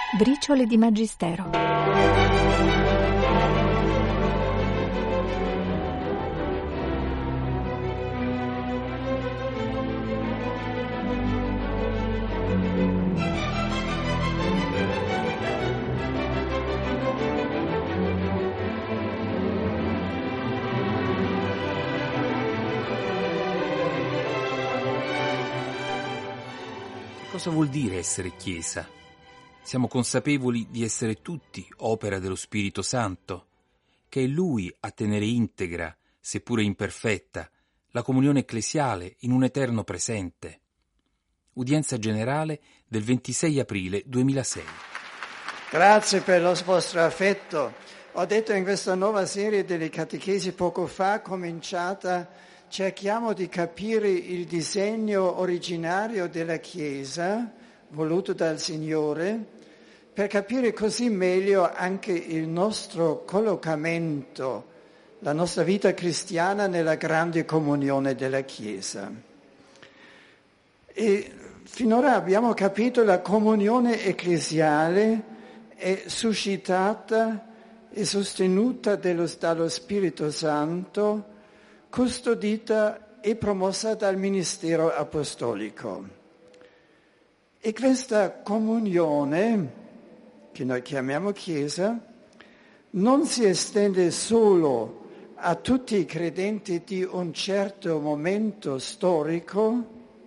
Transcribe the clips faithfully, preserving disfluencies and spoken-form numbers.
Briciole di Magistero. Cosa vuol dire essere Chiesa? Siamo consapevoli di essere tutti opera dello Spirito Santo, che è Lui a tenere integra, seppure imperfetta, la comunione ecclesiale in un eterno presente. Udienza generale del ventisei aprile duemilasei. Grazie per lo vostro affetto. Ho detto in questa nuova serie delle catechesi poco fa, cominciata, cerchiamo di capire il disegno originario della Chiesa, voluto dal Signore, per capire così meglio anche il nostro collocamento, la nostra vita cristiana nella grande comunione della Chiesa. E finora abbiamo capito che la comunione ecclesiale è suscitata e sostenuta dello, dallo Spirito Santo, custodita e promossa dal ministero apostolico. E questa comunione, che noi chiamiamo Chiesa, non si estende solo a tutti i credenti di un certo momento storico,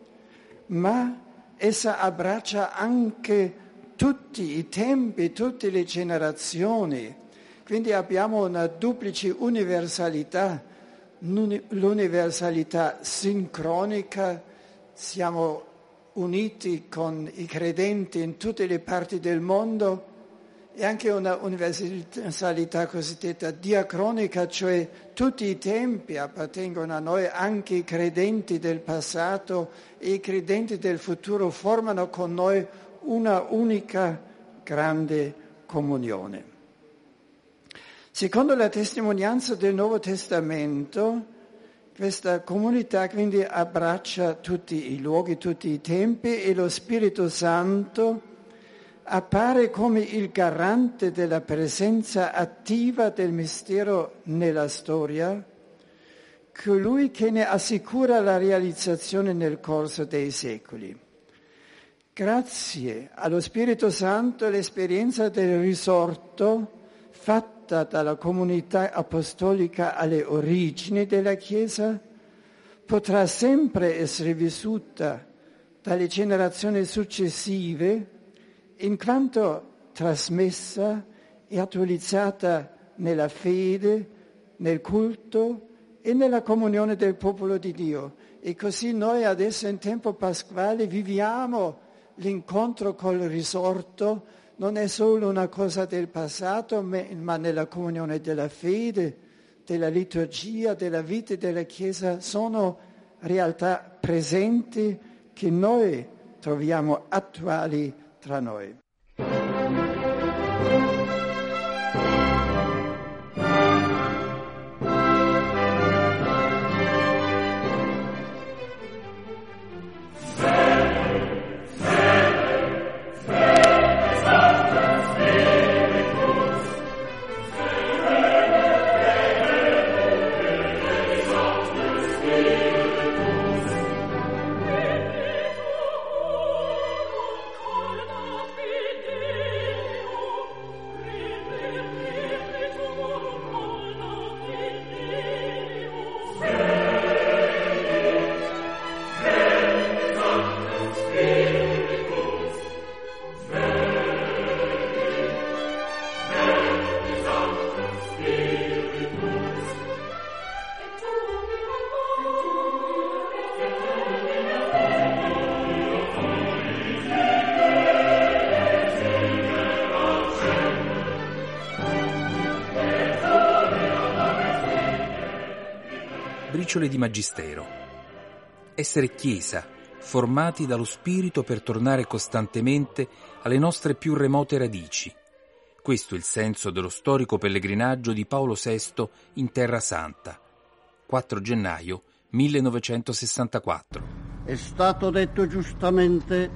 ma essa abbraccia anche tutti i tempi, tutte le generazioni. Quindi abbiamo una duplice universalità, l'universalità sincronica, siamo uniti con i credenti in tutte le parti del mondo, e anche una universalità cosiddetta diacronica, cioè tutti i tempi appartengono a noi, anche i credenti del passato e i credenti del futuro formano con noi una unica grande comunione. Secondo la testimonianza del Nuovo Testamento, questa comunità quindi abbraccia tutti i luoghi, tutti i tempi, e lo Spirito Santo appare come il garante della presenza attiva del mistero nella storia, colui che ne assicura la realizzazione nel corso dei secoli. Grazie allo Spirito Santo l'esperienza del risorto, fatta dalla comunità apostolica alle origini della Chiesa, potrà sempre essere vissuta dalle generazioni successive, in quanto trasmessa e attualizzata nella fede, nel culto e nella comunione del popolo di Dio. E così noi adesso in tempo pasquale viviamo l'incontro col risorto. Non è solo una cosa del passato, ma nella comunione della fede, della liturgia, della vita della Chiesa sono realtà presenti che noi troviamo attuali tra noi. Briciole di Magistero. Essere Chiesa, formati dallo Spirito per tornare costantemente alle nostre più remote radici. Questo è il senso dello storico pellegrinaggio di Paolo sesto in Terra Santa. quattro gennaio millenovecentosessantaquattro. È stato detto giustamente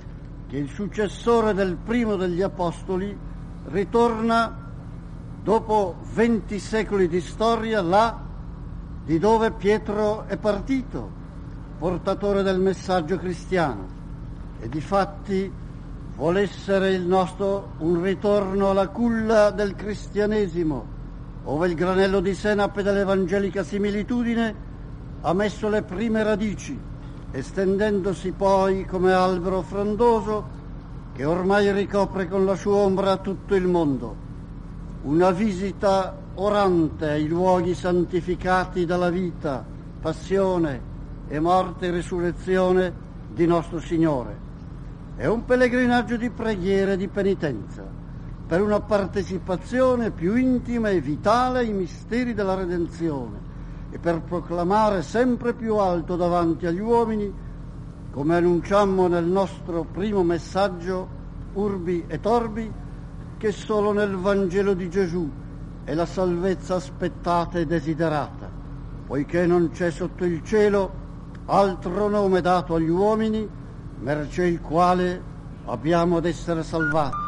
che il successore del primo degli apostoli ritorna dopo venti secoli di storia là di dove Pietro è partito, portatore del messaggio cristiano, e difatti vuole essere il nostro un ritorno alla culla del cristianesimo, ove il granello di senape dell'evangelica similitudine ha messo le prime radici, estendendosi poi come albero frondoso che ormai ricopre con la sua ombra tutto il mondo. Una visita orante ai luoghi santificati dalla vita, passione e morte e risurrezione di nostro Signore. È un pellegrinaggio di preghiera e di penitenza per una partecipazione più intima e vitale ai misteri della redenzione e per proclamare sempre più alto davanti agli uomini, come annunciammo nel nostro primo messaggio Urbi et Orbi, che solo nel Vangelo di Gesù è la salvezza aspettata e desiderata, poiché non c'è sotto il cielo altro nome dato agli uomini, mercé il quale abbiamo ad essere salvati.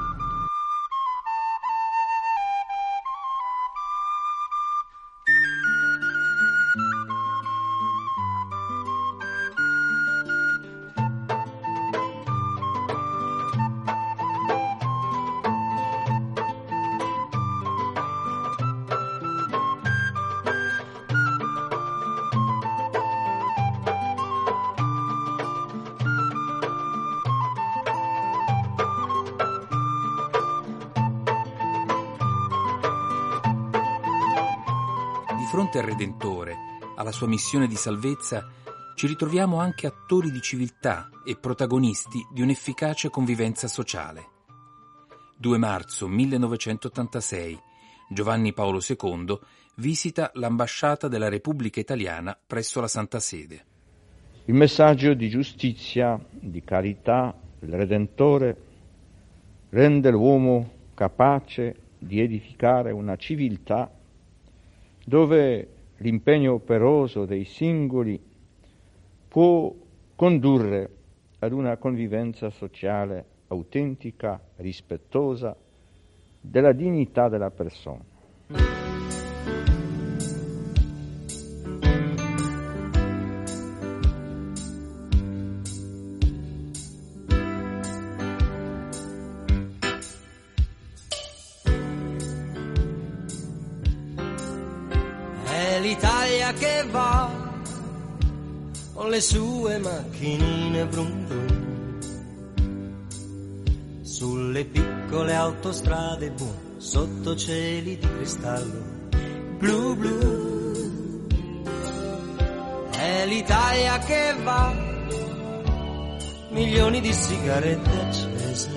Di fronte al Redentore, alla sua missione di salvezza, ci ritroviamo anche attori di civiltà e protagonisti di un'efficace convivenza sociale. due marzo millenovecentottantasei, Giovanni Paolo secondo visita l'ambasciata della Repubblica Italiana presso la Santa Sede. Il messaggio di giustizia, di carità, del Redentore rende l'uomo capace di edificare una civiltà dove l'impegno operoso dei singoli può condurre ad una convivenza sociale autentica, rispettosa della dignità della persona. L'Italia che va con le sue macchinine brum brum sulle piccole autostrade boom, sotto cieli di cristallo blu blu. È l'Italia che va, milioni di sigarette accese,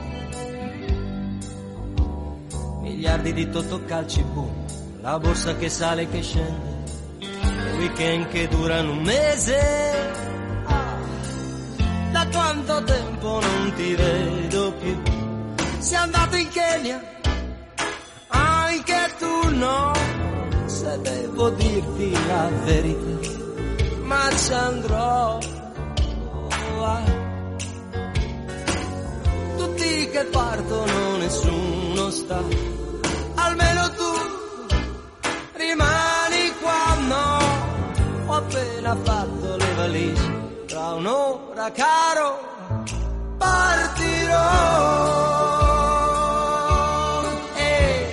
miliardi di totocalci boom, la borsa che sale e che scende, weekend che durano un mese. Ah, da quanto tempo non ti vedo più? Sei andato in Kenya, anche tu no. Se devo dirti la verità, ma ci andrò. Ah. Tutti che partono, nessuno sta, almeno tu rimani qua, no. Ho appena fatto le valigie, tra un'ora caro partirò. Ehi.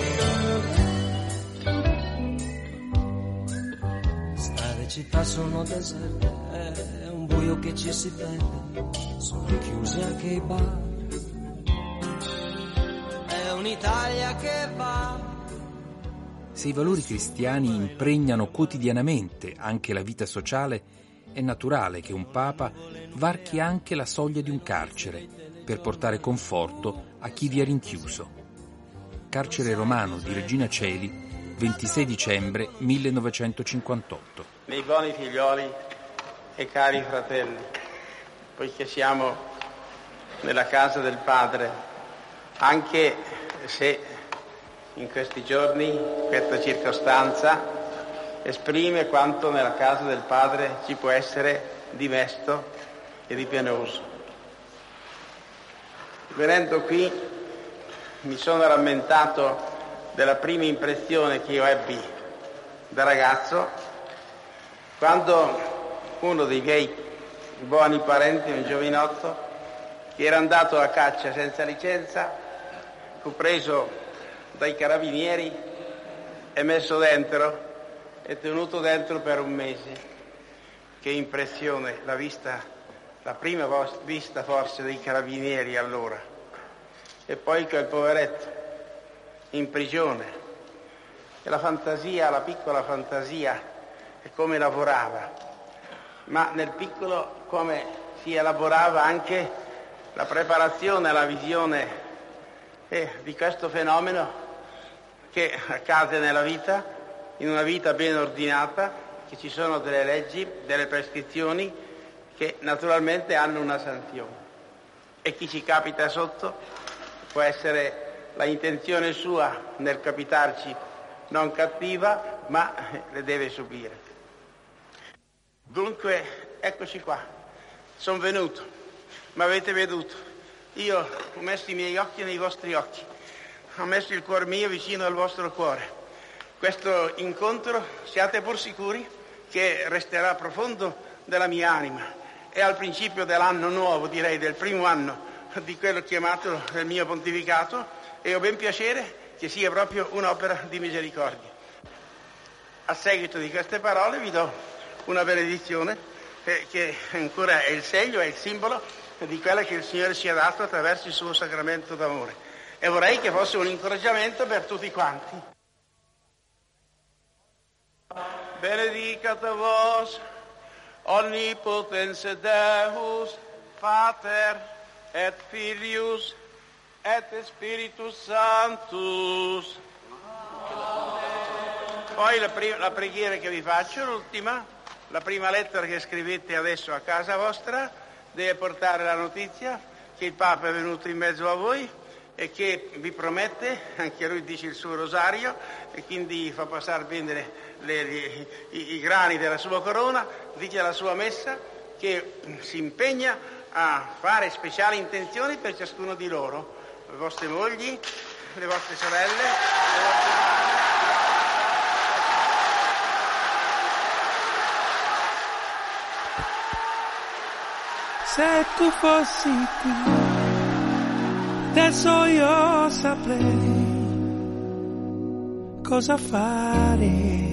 Strade e città sono deserte, è un buio che ci si perde, sono chiusi anche i bar. È un'Italia che va. Se i valori cristiani impregnano quotidianamente anche la vita sociale, è naturale che un Papa varchi anche la soglia di un carcere per portare conforto a chi vi è rinchiuso. Carcere romano di Regina Coeli, ventisei dicembre millenovecentocinquantotto. Miei buoni figlioli e cari fratelli, poiché siamo nella casa del Padre, anche se in questi giorni questa circostanza esprime quanto nella casa del Padre ci può essere di mesto e di penoso. Venendo qui mi sono rammentato della prima impressione che io ebbi da ragazzo, quando uno dei miei buoni parenti, un giovinotto, che era andato a caccia senza licenza, fu preso dai carabinieri e messo dentro e tenuto dentro per un mese. Che impressione la vista, la prima vista forse dei carabinieri allora. E poi quel poveretto in prigione. E la fantasia, la piccola fantasia, e come lavorava. Ma nel piccolo come si elaborava anche la preparazione, la visione eh, di questo fenomeno che accade nella vita, in una vita ben ordinata, che ci sono delle leggi, delle prescrizioni che naturalmente hanno una sanzione. E chi ci capita sotto può essere la intenzione sua nel capitarci non cattiva, ma le deve subire. Dunque, eccoci qua, sono venuto, mi avete veduto, io ho messo i miei occhi nei vostri occhi, ho messo il cuore mio vicino al vostro cuore. Questo incontro, siate pur sicuri, che resterà profondo della mia anima. È al principio dell'anno nuovo, direi del primo anno di quello chiamato del mio pontificato, e ho ben piacere che sia proprio un'opera di misericordia. A seguito di queste parole vi do una benedizione eh, che ancora è il segno, è il simbolo di quella che il Signore ci ha dato attraverso il suo sacramento d'amore. E vorrei che fosse un incoraggiamento per tutti quanti. Benedicat vos, omnipotens Deus, Pater, et Filius, et Spiritus Sanctus. Poi la, pre- la preghiera che vi faccio, l'ultima, la prima lettera che scrivete adesso a casa vostra, deve portare la notizia che il Papa è venuto in mezzo a voi e che vi promette, anche lui dice il suo rosario, e quindi fa passare bene le, le, le, i, i grani della sua corona, dice la sua messa che si impegna a fare speciali intenzioni per ciascuno di loro, le vostre mogli, le vostre sorelle, le vostre mamme. Se tu fossi qui, adesso io saprei cosa fare.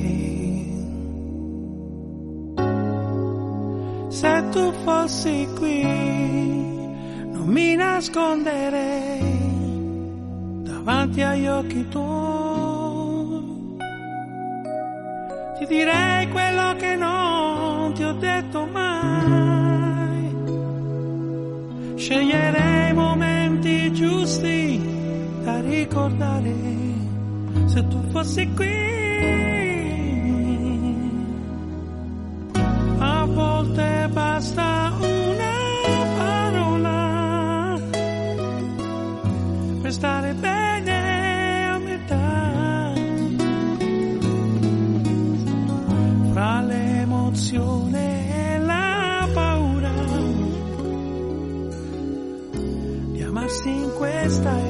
Se tu fossi qui, non mi nasconderei davanti agli occhi tuoi. Ti direi quello che non ti ho detto mai. Sceglierei momenti giusti da ricordare. Se tu fossi qui, a volte basta una parola per stare bene a metà. Fra l'emozione e la paura di amarsi in questa